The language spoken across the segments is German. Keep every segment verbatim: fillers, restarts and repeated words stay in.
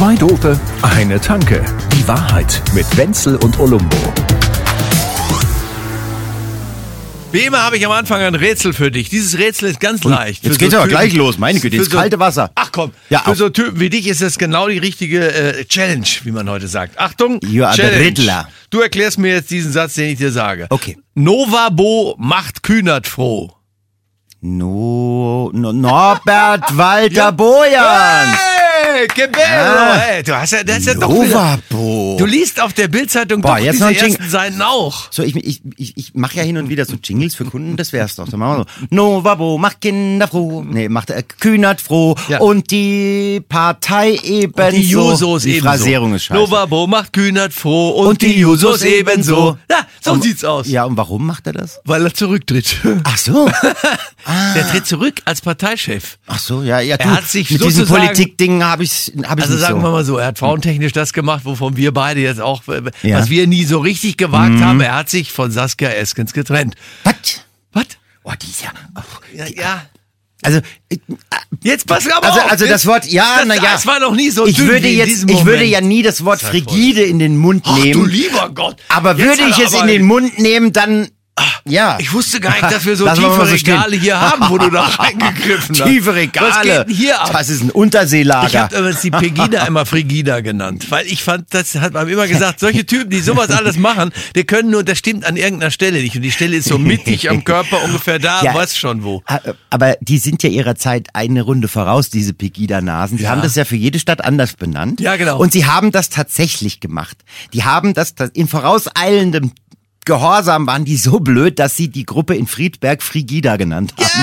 Zwei Dope, eine Tanke. Die Wahrheit mit Wenzel und Olumbo. Wie immer habe ich am Anfang ein Rätsel für dich. Dieses Rätsel ist ganz leicht. Jetzt Für geht's so aber Typen- gleich los, meine Güte, ins für so- kalte Wasser. Ach komm, Ja, für auf. so Typen wie dich ist das genau die richtige äh, Challenge, wie man heute sagt. Achtung, You are the Challenge. Riddler. Du erklärst mir jetzt diesen Satz, den ich dir sage. Okay. Novabo macht Kühnert froh. No, no, Norbert Walter Ja. Bojan. Hey, que bello, Ah. hey, du hast ja, das ist ja doch wieder, Novabo. du liest auf der Bildzeitung Boah, doch jetzt diese noch ein Jing- ersten Seiten auch. So, ich, ich, ich, ich mache ja hin und wieder so Jingles für Kunden, das wär's doch. Dann machen wir so. Novabo macht Kinder froh. Nee, macht äh, Kühnert froh. Ja. Und die Partei ebenso. Die Jusos Die ebenso. Phrasierung ist scheiße. Novabo macht Kühnert froh und, die Jusos ebenso. Ja, so Und- sieht's aus. Ja, und warum macht er das? Weil er zurücktritt. Ach so. Ah. Der tritt zurück als Parteichef. Ach so, ja, ja. Du, Er hat sich mit diesen sozusagen- Politikdingen habe ich, hab ich Also nicht sagen so. wir mal so, er hat frauentechnisch das gemacht, wovon wir beide jetzt auch, äh, Ja. was wir nie so richtig gewagt haben. Er hat sich von Saskia Eskens getrennt. Was? Was? Oh, die ist ja. Oh, Ja, die, ja. Also, äh, Jetzt pass aber also, auf. also das Jetzt- Wort, ja, das, na ja. Das war noch nie so ich dünn würde wie in jetzt, diesem ich Moment. würde ja nie das Wort Sei voll. frigide in den Mund Ach nehmen. du lieber Gott. Aber Jetzt würde hat ich er es aber- in den Mund nehmen, dann, ja. Ich wusste gar nicht, dass wir so Lassen wir tiefe mal so stehen. Regale hier haben, wo du da reingegriffen hast. Tiefe Regale. Was geht denn hier ab? Das ist ein Ich Unterseelager. habe übrigens die Pegida immer Frigida genannt, weil ich fand, das hat man immer gesagt, solche Typen, die sowas alles machen, die können nur, das stimmt an irgendeiner Stelle nicht. Und die Stelle ist so mittig am Körper, ungefähr da, Ja. weißt schon wo. Aber die sind ja ihrer Zeit eine Runde voraus, diese Pegida-Nasen. Die Ja. haben das ja für jede Stadt anders benannt. Ja, genau. Und sie haben das tatsächlich gemacht. Die haben das, das in vorauseilendem Gehorsam waren die so blöd, dass sie die Gruppe in Friedberg Frigida genannt haben.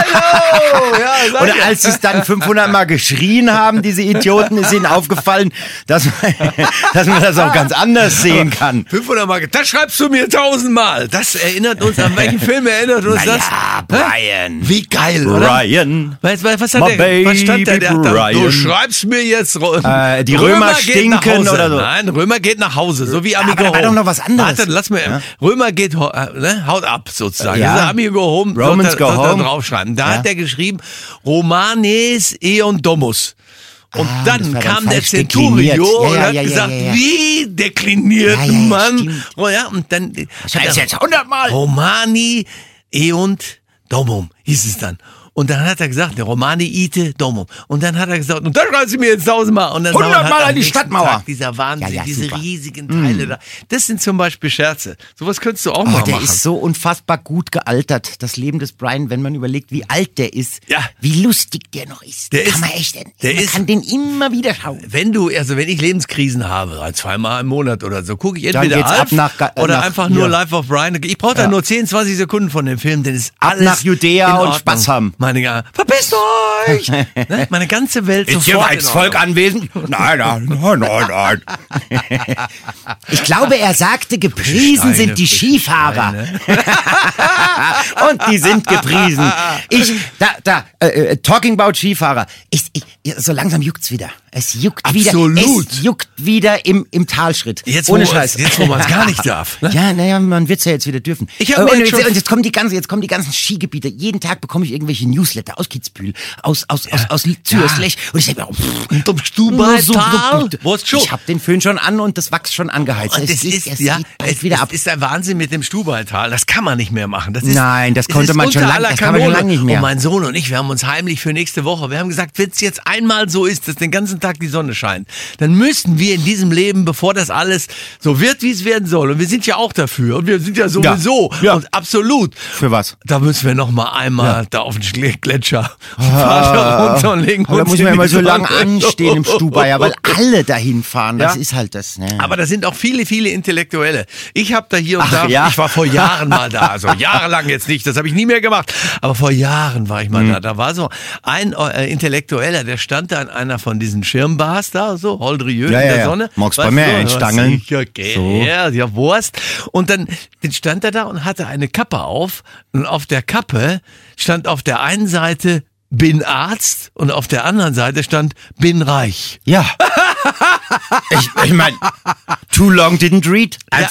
Hallo! Ja, sag Und ja. als sie es dann fünfhundert Mal geschrien haben, diese Idioten, ist ihnen aufgefallen, dass man, dass man das auch ganz anders sehen kann. fünfhundert Mal, das schreibst du mir tausendmal. Das erinnert uns, an welchen Film erinnert uns das? Ja, Brian. Wie geil, oder? Brian. Was, was, was hat My der, was stand da? baby Der hat da, Brian. du schreibst mir jetzt, Äh, die Römer geht nach stinken Hause. oder so. Nein, Römer geht nach Hause, so wie Amigo aber da war Home. doch noch was anderes. Warte, lass mir, Ja. Römer geht, ho- äh, ne, haut ab, sozusagen. Ja. Das ist Amigo Home, Romans sollte, go sollte er home. draufschreiben. Da Ja. hat er geschrieben, Romanes eon domus. Und Ah, das dann war dann kam der falsch Centurio dekliniert. Ja, und ja, hat ja, ja, gesagt, ja, ja. wie dekliniert Ja, ja, ja, man? stimmt. Oh ja, und dann Schreib's jetzt hundertmal. Romani eunt domum hieß es dann. Und dann hat er gesagt, der Romani ite domum. Und dann hat er gesagt, und dann schreiben Sie mir jetzt tausendmal. Und dann hundertmal hat er an am die nächsten Stadtmauer. Tag dieser Wahnsinn, Ja, ja, diese super. riesigen Teile da. Das sind zum Beispiel Scherze. Sowas könntest du auch Oh, mal der machen. ist so unfassbar gut gealtert, das Leben des Brian, wenn man überlegt, wie alt der ist, Ja. wie lustig der noch ist. Der kann ist- man echt, der man ist- kann den immer wieder schauen. Wenn du, also wenn ich Lebenskrisen habe, ein zweimal im Monat oder so, gucke ich Dann entweder geht's Alf ab nach Ga- oder nach einfach nur hier. Life of Brian. Ich brauche da Ja. nur zehn, zwanzig Sekunden von dem Film, denn es ist Ab alles nach Judäa in und Ordnung. Spaß haben. Meine, Ga- verpisst euch! Ne? Meine ganze Welt Ist hier sofort als in Volk Ordnung. anwesend? Nein, nein, nein, nein, nein. Ich glaube, er sagte, gepriesen Steine, sind die frische Skifahrer. Steine. Und die sind gepriesen. Ich, da, da, äh, äh, talking about Skifahrer. Ich, ich, ja, so langsam juckt's wieder. Es juckt Absolut. wieder. Es juckt wieder im, im Talschritt. Jetzt, Ohne wo, Scheiß. jetzt, wo man es gar nicht darf. Ne? Ja, naja, man wird's ja jetzt wieder dürfen. Ich hab Äh, mir und, jetzt jetzt, schon- und jetzt kommen die ganzen, jetzt kommen die ganzen Skigebiete. Jeden Tag bekomme ich irgendwelche Newsletter aus Kitzbühel, aus aus aus, aus Zürich. Und ich denke mir, oh, pff, Und um Stubaital, wo ist schon? ich habe den Föhn schon an und das Wachs schon angeheizt. Und Es das geht- ist, es ja, geht bald es, wieder es ab. ist ein Wahnsinn mit dem Stubaital. Das kann man nicht mehr machen. Das ist, Nein, das es konnte ist man schon unter lang- aller das kann man schon Kanone. lange nicht mehr. Und mein Sohn und ich, wir haben uns heimlich für nächste Woche, wir haben gesagt, wenn es jetzt einmal so ist, dass den ganzen Tag die Sonne scheint, dann müssen wir in diesem Leben, bevor das alles so wird, wie es werden soll, und wir sind ja auch dafür, und wir sind ja sowieso, Ja. und absolut. Für was? Da müssen wir noch mal einmal Ja. da auf den Schle- Gletscher fahren da runter und legen Aber da uns muss in man die immer so lange Sonne. anstehen im Stubaier, weil alle dahin fahren. Das Ja. ist halt das. Ne? Aber da sind auch viele, viele Intellektuelle. Ich habe da hier und Ach, da, ja? ich war vor Jahren mal da, also jahrelang jetzt nicht, das habe ich nie mehr gemacht, aber vor Jahren war ich mal Mhm. da. Da war so ein äh, Intellektueller, der stand da an einer von diesen Schirmbars da, so Holdrieux Ja, in ja, der ja. Sonne. Magst Weißt bei mir du, einstangeln? Sicher, geh So. her, ja, Wurst. Und dann, dann stand er da und hatte eine Kappe auf und auf der Kappe stand auf der einen Seite bin Arzt und auf der anderen Seite stand bin reich. Ja. ich ich meine, too long didn't read. Einfach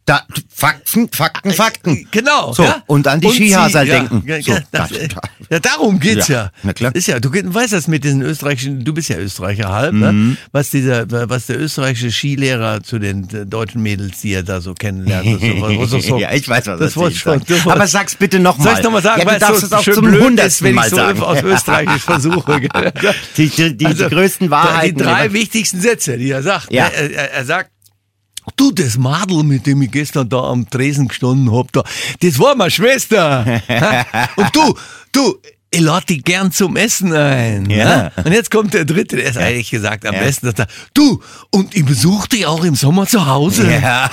Da, Fakten, Fakten, Fakten. Genau. So, ja? und an die Skihasal ja, denken. Ja, So, ja, das, das- äh, ja, darum geht's ja. Ja, na klar. Ist ja, du weißt das mit diesen österreichischen, du bist ja Österreicher halb, ne? Was dieser, was der österreichische Skilehrer zu den äh, deutschen Mädels, die er da so kennenlernt. und So, was, was so, ja, ich weiß, was das das Wort schon. Das Wort- Aber sag's bitte nochmal. Soll ich nochmal sagen, Ja, weil du darfst es es so auch schön zum blöd ist, hundertsten wenn ich Mal so sagen. auf Österreichisch versuche. gell? Die, die, die, Also, die größten Wahrheiten. Die drei die- wichtigsten Sätze, die er sagt. Ja. Ne? Er, er, er sagt, du, das Madel, mit dem ich gestern da am Tresen gestanden hab, da, das war meine Schwester. Ha? Und du, du, ich lade dich gern zum Essen ein. Ja. Ja? Und jetzt kommt der dritte, der ist eigentlich gesagt am Ja. besten, dass er, du, und ich besuche dich auch im Sommer zu Hause. Ja.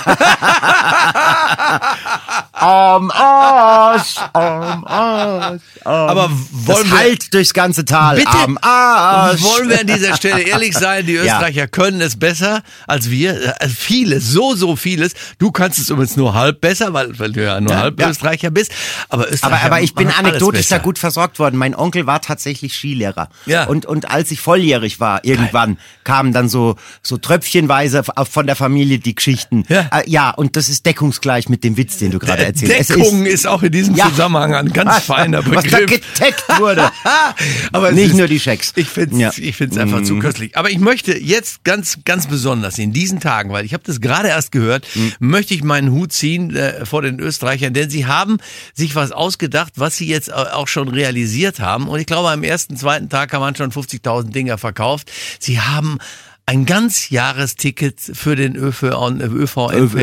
Am Arsch, am Arsch. Am Aber wollen das wir- halt durchs ganze Tal. Bitte? Am Arsch. Wollen wir an dieser Stelle ehrlich sein, die Österreicher können es besser als wir. Äh, Vieles, so, so vieles. Du kannst es übrigens nur halb besser, weil, weil du ja nur Ja, halb ja. Österreicher bist. Aber Österreicher Aber, aber ich bin machen alles anekdotisch da besser. gut versorgt worden. Mein Onkel war tatsächlich Skilehrer. Ja. Und, und als ich volljährig war, irgendwann, kamen dann so, so tröpfchenweise f- von der Familie die Geschichten. Ja. Äh, ja, und das ist deckungsgleich mit dem Witz, den du gerade erzählst. Es Deckung ist, auch in diesem Ja. Zusammenhang ein ganz was, feiner was da Begriff. getaggt wurde. Aber es Nicht ist, nur die Schecks. Ich finde es Ja. ich find's einfach Mhm. zu köstlich. Aber ich möchte jetzt ganz, ganz besonders in diesen Tagen, weil ich habe das gerade erst gehört, Mhm. möchte ich meinen Hut ziehen äh, vor den Österreichern, denn sie haben sich was ausgedacht, was sie jetzt auch schon realisiert haben. Und ich glaube, am ersten, zweiten Tag haben man schon fünfzigtausend Dinger verkauft. Sie haben ein Ganzjahresticket für den ÖV, ÖV,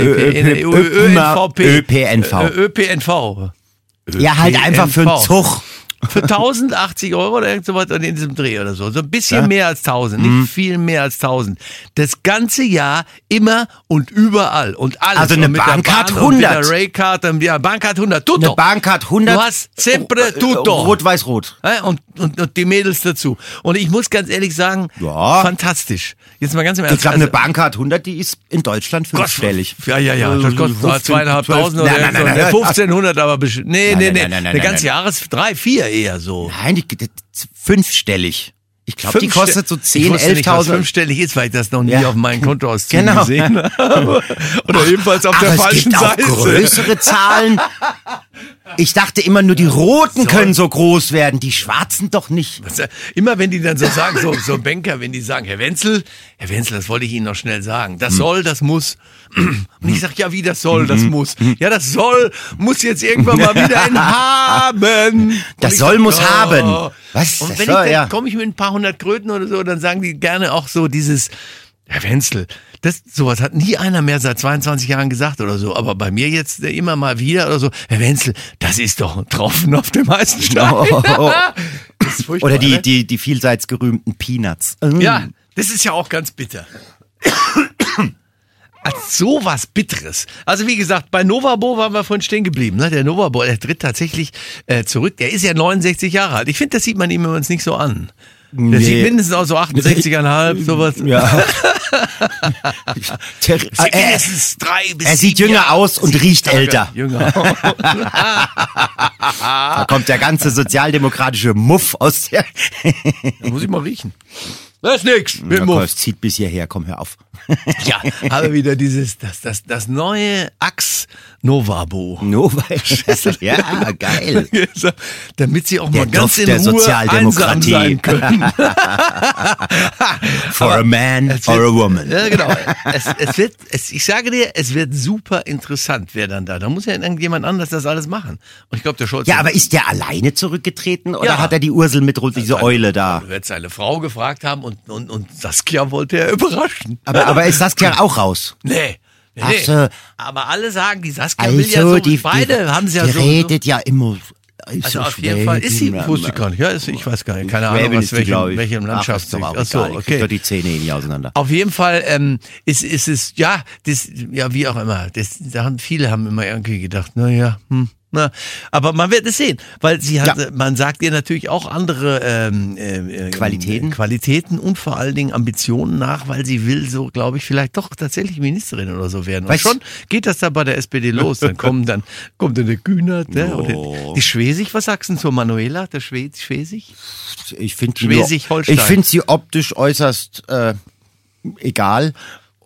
ÖPNV. ÖPNV. Ja, halt einfach für einen Zug. Für tausendachtzig Euro oder irgend sowas in diesem Dreh oder so. So ein bisschen Ja. mehr als tausend, nicht viel mehr als tausend. Das ganze Jahr immer und überall und alles. Also eine und mit der Bahncard Bahn und mit hundert. der Raycard, und ja, Bahncard hundert. Tutto. Eine Bahncard hundert. Du hast sempre tutto. Rot-Weiß-Rot. Ja, und, und, und die Mädels dazu. Und ich muss ganz ehrlich sagen, Ja. fantastisch. Jetzt mal ganz im Ernst. Ich glaube, eine Also- Bahncard hundert, die ist in Deutschland fünfstellig. Ja, ja, ja, das kostet fünfzehn, zweieinhalbtausend zwölf. oder Nein, nein, so. nein, Der nein. fünfzehnhundert aber bestimmt. Nee, Nein, nee, nein, nee. nein, nein, Der nein, ganze nein. Jahres drei, vier eher so. Nein, die, die, fünfstellig. Ich glaube, die Fünfste- kostet so Ich zehn, wusste nicht, was elftausend. fünfstellig ist, weil ich das noch nie Ja. auf meinen Kontoauszügen Genau. gesehen habe. Oder jedenfalls auf Aber der es falschen gibt auch Seite. größere Zahlen. Ich dachte immer nur, die roten können so groß werden, die schwarzen doch nicht. Was, äh, Immer wenn die dann so sagen, so, so Banker, wenn die sagen, Herr Wenzel, Herr Wenzel, das wollte ich Ihnen noch schnell sagen. Das soll, das muss. Und ich sag, ja, wie das soll, das muss. Ja, das soll, muss jetzt irgendwann mal wieder ein haben. Und Das ich soll, sag, muss oh. haben. Was? Und Das wenn soll, ich, dann ja. komme ich mit ein paar hundert Kröten oder so, dann sagen die gerne auch so dieses, Herr Wenzel, das, sowas hat nie einer mehr seit zweiundzwanzig Jahren gesagt oder so. Aber bei mir jetzt äh, immer mal wieder oder so, Herr Wenzel, das ist doch ein Tropfen auf dem heißen Stein. Oh, oh, oh. Das ist furchtbar, Oder die, ne? die, die vielseits gerühmten Peanuts. Mm. Ja, das ist ja auch ganz bitter. Als sowas Bitteres. Also wie gesagt, bei Novabo waren wir vorhin stehen geblieben. Ne? Der Novabo, der tritt tatsächlich äh, zurück. Der ist ja neunundsechzig Jahre alt. Ich finde, das sieht man ihm übrigens nicht so an. Der Nee. sieht mindestens auch so achtundsechzig Komma fünf, sowas. Ja. Der, Sieht er, mindestens drei bis er sieht sieben jünger Jahre- aus und sieben riecht Tage älter. Jünger. da kommt der ganze sozialdemokratische Muff aus der... Da muss ich mal riechen. Das ist nix. Mit Ja, Muff. komm, es zieht bis hierher, komm, hör auf. Ja, aber wieder dieses, das, das, das neue Axe Novabo. Nova. Ja, geil. Damit sie auch Der mal ganz Duft in der Ruhe Sozialdemokratie. einsam sein können. For a man Es or wird- a woman. Ja, genau. Es, es wird, es, ich sage dir, es wird super interessant, wer dann da. Da muss ja irgendjemand anders das alles machen. Und ich glaube, der Scholz. Ja, aber ist der alleine zurückgetreten oder Ja. hat er die Ursel mit rund, diese Eule da? Er wird seine Frau gefragt haben und, und, und Saskia wollte er überraschen. Aber, aber ist Saskia auch raus? Nee. Nee, Ach nee. so. Aber alle sagen, die Saskia will ja Also, so, die, beide die, haben sie ja die so. redet ja immer. Also so auf jeden Fall ist sie, Schwäbisch. wusste ich gar nicht. Ja, ist, ich weiß gar nicht. Keine Ahnung, Schwäbin aus ist die, welchem, glaub ich. welchem Ach, Landschaft. ist doch auch Ach so, egal. Ich krieg okay. doch die Zähne eh nicht auseinander. Auf jeden Fall ähm, ist, ist es, ja, das, ja, wie auch immer. Das, da haben viele haben immer irgendwie gedacht, na ja, hm, na, aber man wird es sehen, weil sie hat, Ja. man sagt ihr natürlich auch andere ähm, äh, Qualitäten. Qualitäten und vor allen Dingen Ambitionen nach, weil sie will so, glaube ich, vielleicht doch tatsächlich Ministerin oder so werden. Und Weißt- schon geht das da bei der S P D los. Dann kommen dann kommt dann der Kühnert, ne? Oh. Oder die Schwesig. Was sagst du denn zur Manuela, der Schwe Schwesig? Ich finde die nur- Schleswig-Holstein. ich finde sie optisch äußerst äh, egal.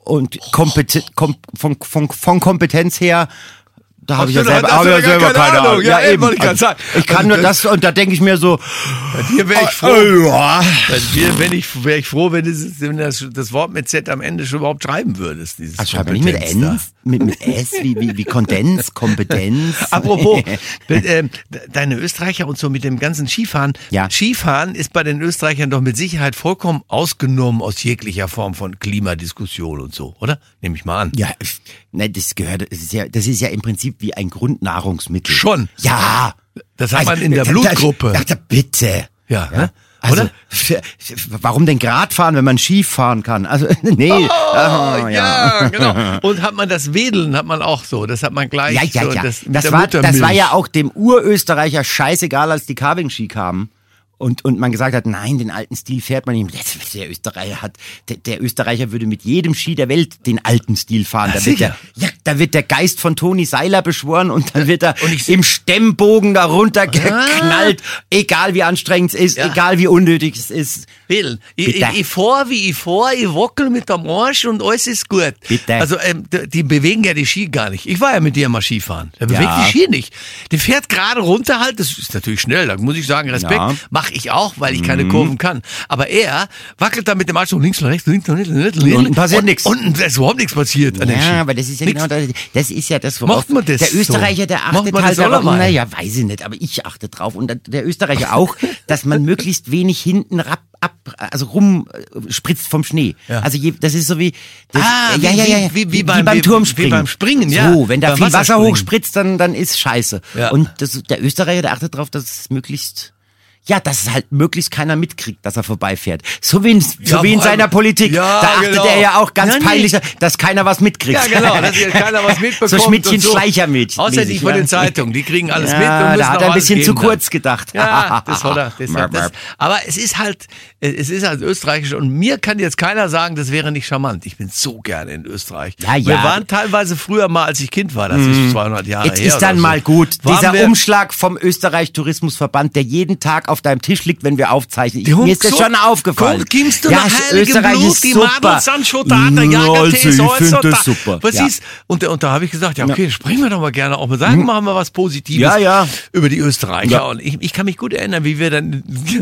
Und Kompeten- kom- von, von, von Kompetenz her, da habe ich ja du, selber, hast hab du ich ja ja selber keine keine Ahnung. Ahnung. Ja, eben, wollte ich gerade sagen. Ich kann Also nur das- das, und da denke ich mir so, Hier wäre ich froh. äh, ja. Bei dir wenn ich, wäre ich froh, wenn, dieses, wenn das, das Wort mit Z am Ende schon überhaupt schreiben würdest. Dieses Also schreib mal nicht mit Kompetenz da. N, mit, mit S, wie, wie, wie Kondens, Kompetenz. Apropos, ähm, deine Österreicher und so mit dem ganzen Skifahren. Ja. Skifahren ist bei den Österreichern doch mit Sicherheit vollkommen ausgenommen aus jeglicher Form von Klimadiskussion und so, oder? Nehme ich mal an. Ja, ne, das gehört, das ist ja, das ist ja im Prinzip wie ein Grundnahrungsmittel. Schon. Ja. Das hat Also, man in der da- Blutgruppe. Da, da, bitte. Ja, ne? Also, Oder? f- f- warum denn Grad fahren, wenn man Ski fahren kann? Also, nee. Oh, Ah, ja, genau. Und hat man das Wedeln, hat man auch so. Das hat man gleich Ja, ja, so. ja. Das, mit Das der war, das Muttermilch. war ja auch dem Urösterreicher scheißegal, als die Carving-Ski kamen. Und, und man gesagt hat, nein, den alten Stil fährt man nicht. Der Österreicher hat, der, der Österreicher würde mit jedem Ski der Welt den alten Stil fahren. Ah, Da wird, der, sicher? ja, da wird der Geist von Toni Seiler beschworen und dann wird er Und ich- im Stemmbogen da runtergeknallt. Egal wie anstrengend es ist, Ja. egal wie unnötig es ist. Wedeln. Ich, Bitte. ich, ich fahr, wie ich fahr, ich wackel mit dem Arsch und alles ist gut. Bitte. Also, ähm, die, die bewegen ja die Ski gar nicht. Ich war ja mit dir mal Skifahren. Der bewegt Ja. die Ski nicht. Der fährt gerade runter halt, das ist natürlich schnell, da muss ich sagen, Respekt. Ja. Mach ich auch, weil ich keine Kurven kann. Aber er wackelt da mit dem Arsch so links und rechts, links und rechts, links und rechts. Unten passiert und, nix. Unten ist überhaupt nichts passiert an den Ski. Ja, aber das ist ja Nix. genau das, das ist ja das, worauf Macht man das der Österreicher, der so? Macht achtet man halt das darauf, allemal? naja, weiß ich nicht, aber ich achte drauf und der Österreicher auch, dass man möglichst wenig hinten ab, ab also rum äh, spritzt vom Schnee. Ja. Also je, das ist so wie, das, Ah, ja, wie- ja, ja, wie- ja, wie- wie beim- wie- Turmspringen. wie beim Springen, ja. So, wenn da Beim viel Wasser Wasserspringen. hochspritzt, dann, dann ist scheiße. Ja. Und das, der Österreicher, der achtet darauf, dass es möglichst ja, dass es halt möglichst keiner mitkriegt, dass er vorbeifährt. So wie in, so Ja, wie in vor allem- seiner Politik. Ja, da achtet genau. er ja auch ganz Ja, nee. peinlich, dass keiner was mitkriegt. Ja, genau, dass hier keiner was mitbekommt. So Schmidtchen, und so. Schleichermädchen. Außer die von ja. den Zeitungen, die kriegen alles Ja, mit und müssen da hat auch er ein alles bisschen geben zu dann. kurz gedacht. Ja, das hat er. Das Merp, hat das. merp. Aber es ist halt, es ist halt österreichisch und mir kann jetzt keiner sagen, das wäre nicht charmant. Ich bin so gerne in Österreich. Ja, ja. Wir waren teilweise früher mal, als ich Kind war, das ist zweihundert Jahre Jetzt her. ist dann oder so, mal gut. waren Dieser wir- Umschlag vom Österreich Tourismusverband, der jeden Tag auf deinem Tisch liegt, wenn wir aufzeichnen. Ich, Hund mir ist das so- schon aufgefallen. Guck, gibst du ja, nach heiligem Österreich Blut, ist die super. Madel Sancho da, der Ja, Jager also, Tee, ich so, find so, das da. super. Was Ja. ist? Und, und da habe ich gesagt, ja, okay, sprechen wir doch mal gerne auch mal sagen, machen wir was Positives Ja, ja. über die Österreicher. Ja. Und ich, ich kann mich gut erinnern, wie wir dann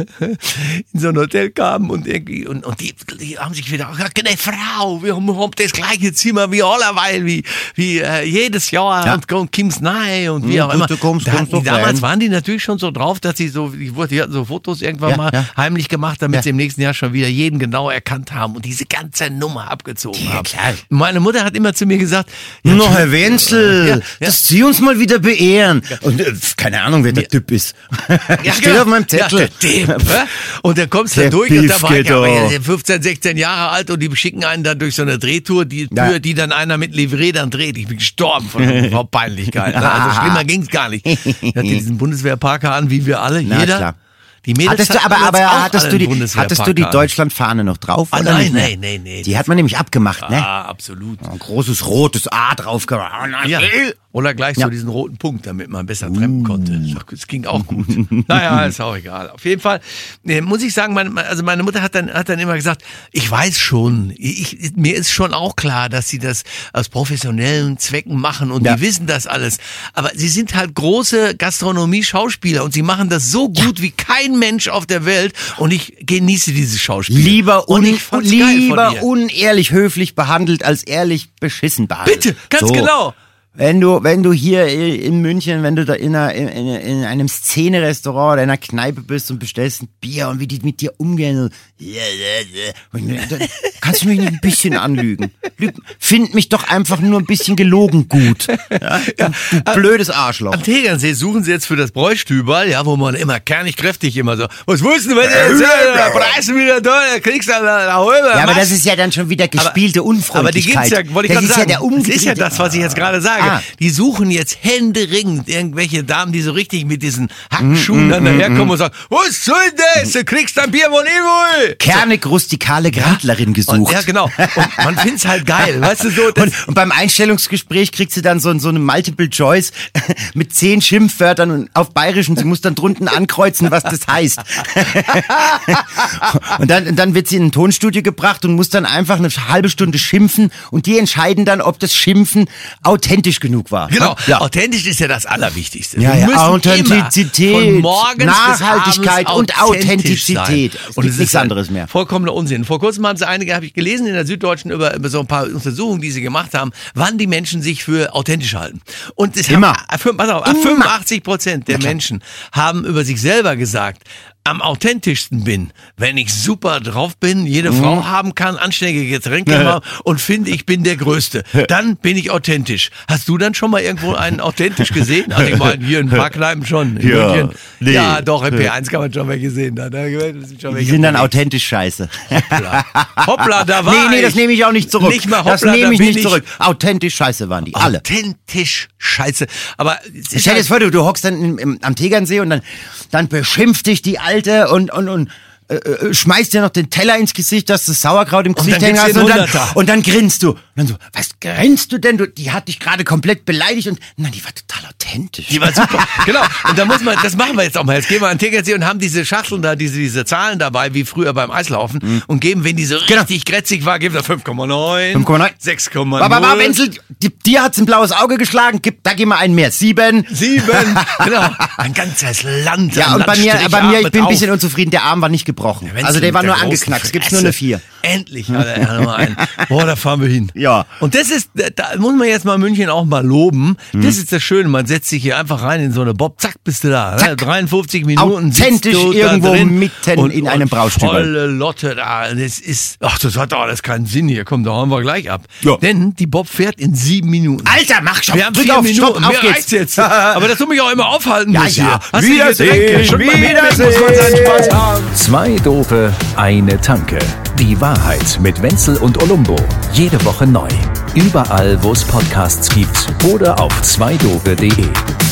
in so ein Hotel kamen und irgendwie, und, und die, die haben sich wieder gesagt, eine Frau, wir haben, haben das gleiche Zimmer wie allerweil, wie, wie äh, jedes Jahr Ja. und, und Kims Nei und wie Ja, auch gut, immer. du kommst- da, kommst die, doch damals rein. waren die natürlich schon so drauf, dass sie so, die, wurden- die hatten so Fotos irgendwann Ja, mal ja. heimlich gemacht, damit Ja. sie im nächsten Jahr schon wieder jeden genau erkannt haben und diese ganze Nummer abgezogen Ja, haben. klar. Meine Mutter hat immer zu mir gesagt, ja, No, Herr Wenzel, Ja, ja. dass Sie uns mal wieder beehren. Und äh, keine Ahnung, wer der Typ ist. ja, Steht genau. auf meinem Zettel. Ja, der Typ, hä? Und dann kommst du Der da durch und da war ich Beefgetter. aber ja fünfzehn, sechzehn Jahre alt und die schicken einen dann durch so eine Drehtour, die Ja. Tür, die dann einer mit Livret dann dreht. Ich bin gestorben von der Peinlichkeit. Ne? Also schlimmer ging's gar nicht. Ich hatte diesen Bundeswehrparker an, wie wir alle, Na, jeder. klar. Die Mädels Hattest du, hatten aber, jetzt aber auch alle hattest, du einen die, Bundeswehrparker hattest du die an. Deutschlandfahne noch drauf? Ah, oder nein, nicht mehr? nein, nein, nee. Die hat man nämlich abgemacht, ne? Ah, absolut. Ein großes rotes A drauf gemacht. Ja. Oder gleich Ja. so diesen roten Punkt, damit man besser treffen konnte. Das ging auch gut. Naja, ist auch egal. Auf jeden Fall äh, muss ich sagen, meine, also meine Mutter hat dann, hat dann immer gesagt, ich weiß schon, ich, mir ist schon auch klar, dass sie das aus professionellen Zwecken machen und Ja. die wissen das alles. Aber sie sind halt große Gastronomie-Schauspieler und sie machen das so gut wie kein Mensch auf der Welt und ich genieße dieses Schauspiel. Lieber, und un, ich fand's geil von lieber ihr. unehrlich höflich behandelt als ehrlich beschissen behandelt. Bitte, ganz so. genau. Wenn du, wenn du hier in München, wenn du da in, einer, in, in einem Szene-Restaurant oder in einer Kneipe bist und bestellst ein Bier und wie die mit dir umgehen, so, ja, ja, ja. Und dann kannst du mich nicht ein bisschen anlügen. Lüg, find mich doch einfach nur ein bisschen gelogen gut. Ja? Du, du blödes Arschloch. Am Tegernsee suchen sie jetzt für das Bräustüberl, ja, wo man immer kernig kräftig immer so, was wussten du, wenn du jetzt äh, der Preis wieder da, dann kriegst du eine, eine halbe. Ja, aber Masch. das ist ja dann schon wieder gespielte aber, aber die Unfreundlichkeit. gibt's ja, wollte ich das gerade ist sagen, ja der das ist ja umgedrehte. das, was ich jetzt gerade sage. Berge. Ah. Die suchen jetzt händeringend irgendwelche Damen, die so richtig mit diesen Hackenschuhen dann daherkommen und sagen, was soll das? Du kriegst ein Bier von Evil. Kernig rustikale Grandlerin gesucht. Und, ja, genau. Und man find's halt geil, weißt du so. Das Und, und beim Einstellungsgespräch kriegt sie dann so, so eine Multiple Choice mit zehn Schimpfwörtern und auf Bayerisch und sie muss dann drunten ankreuzen, was das heißt. Und dann, und dann wird sie in ein Tonstudio gebracht und muss dann einfach eine halbe Stunde schimpfen und die entscheiden dann, ob das Schimpfen authentisch genug war. Genau, Ja. authentisch ist ja das Allerwichtigste. Ja, Wir ja, müssen Authentizität, immer von morgens Nachhaltigkeit bis und abends Authentizität. authentisch Es sein. Und gibt es nichts ist halt anderes mehr. Vollkommener Unsinn. Vor kurzem haben sie einige, habe ich gelesen in der Süddeutschen über, über so ein paar Untersuchungen, die sie gemacht haben, wann die Menschen sich für authentisch halten. Und es Immer. haben, pass auf, Immer. fünfundachtzig Prozent der Menschen haben über sich selber gesagt, am authentischsten bin, wenn ich super drauf bin, jede Mhm. Frau haben kann, anständige Getränke haben und finde, ich bin der Größte. Dann bin ich authentisch. Hast du dann schon mal irgendwo einen authentisch gesehen? Also ich meine, hier in ein paar Kneipen schon. In Ja, München. nee. Ja, doch, im P eins kann man schon mal gesehen. Da, da sind schon Die welche sind dann unterwegs. authentisch scheiße. Hoppla. Hoppla, da war Nee, nee, ich. das nehme ich auch nicht zurück. Nicht mal hoppla, das nehme da ich bin nicht ich. zurück. Authentisch scheiße waren die, alle. Authentisch scheiße. Aber es ist Stell dir halt- das vor, du, du hockst dann im, im, am Tegernsee und dann, dann beschimpft dich die Alte und, und, und äh, äh, schmeißt dir noch den Teller ins Gesicht, dass du Sauerkraut im Gesicht dann hängen gibt's hast den und dann, Hunderter. und dann grinst du. Und dann so, was grinst du denn? Du, die hat dich gerade komplett beleidigt und nein, die war total authentisch. Die war super. Genau. Und da muss man, das machen wir jetzt auch mal. Jetzt gehen wir an den Tegernsee und haben diese Schachteln da, diese, diese Zahlen dabei, wie früher beim Eislaufen. Mhm. Und geben, wenn die so Genau. richtig grätzig war, geben wir fünf Komma neun. fünf Komma neun. sechs Komma null. Aber, aber Wenzel, die, dir hat's ein blaues Auge geschlagen, gib, da gib mal einen mehr. Sieben. Sieben. Genau. Ein ganzes Land. Ja, ein und bei mir, Landstrich bei mir, ich atmet bin ein auf. bisschen unzufrieden, der Arm war nicht gebrochen. Wenn's Also der mit war nur großen angeknackst, gibt's nur Fresse. eine vier. Endlich, Alter, ja, noch mal einen. Boah, da fahren wir hin. Ja. Und das ist, da muss man jetzt mal München auch mal loben. Hm. Das ist das Schöne, man setzt sich hier einfach rein in so eine Bob, zack, bist du da. Ne? dreiundfünfzig Minuten Authentisch sitzt du irgendwo da drin mitten und, in einem und Braustüberl. volle Lotte da. Das ist, ach, das hat doch alles keinen Sinn hier. Komm, da hauen wir gleich ab. Ja. Denn die Bob fährt in sieben Minuten. Alter, mach schon. Wir haben drück vier auf, Minuten, stopp, auf mir geht's. reicht's jetzt. Aber dass du mich auch immer aufhalten Ja, musst ja. hier. Hast du die Wiedersehen, Getränke? Schon mal mitnehmen muss man seinen Spaß haben. Zwei Dope, eine Tanke. Die Wahrheit mit Wenzel und Olumbo. Jede Woche neu. Überall, wo es Podcasts gibt oder auf zweidope punkt de.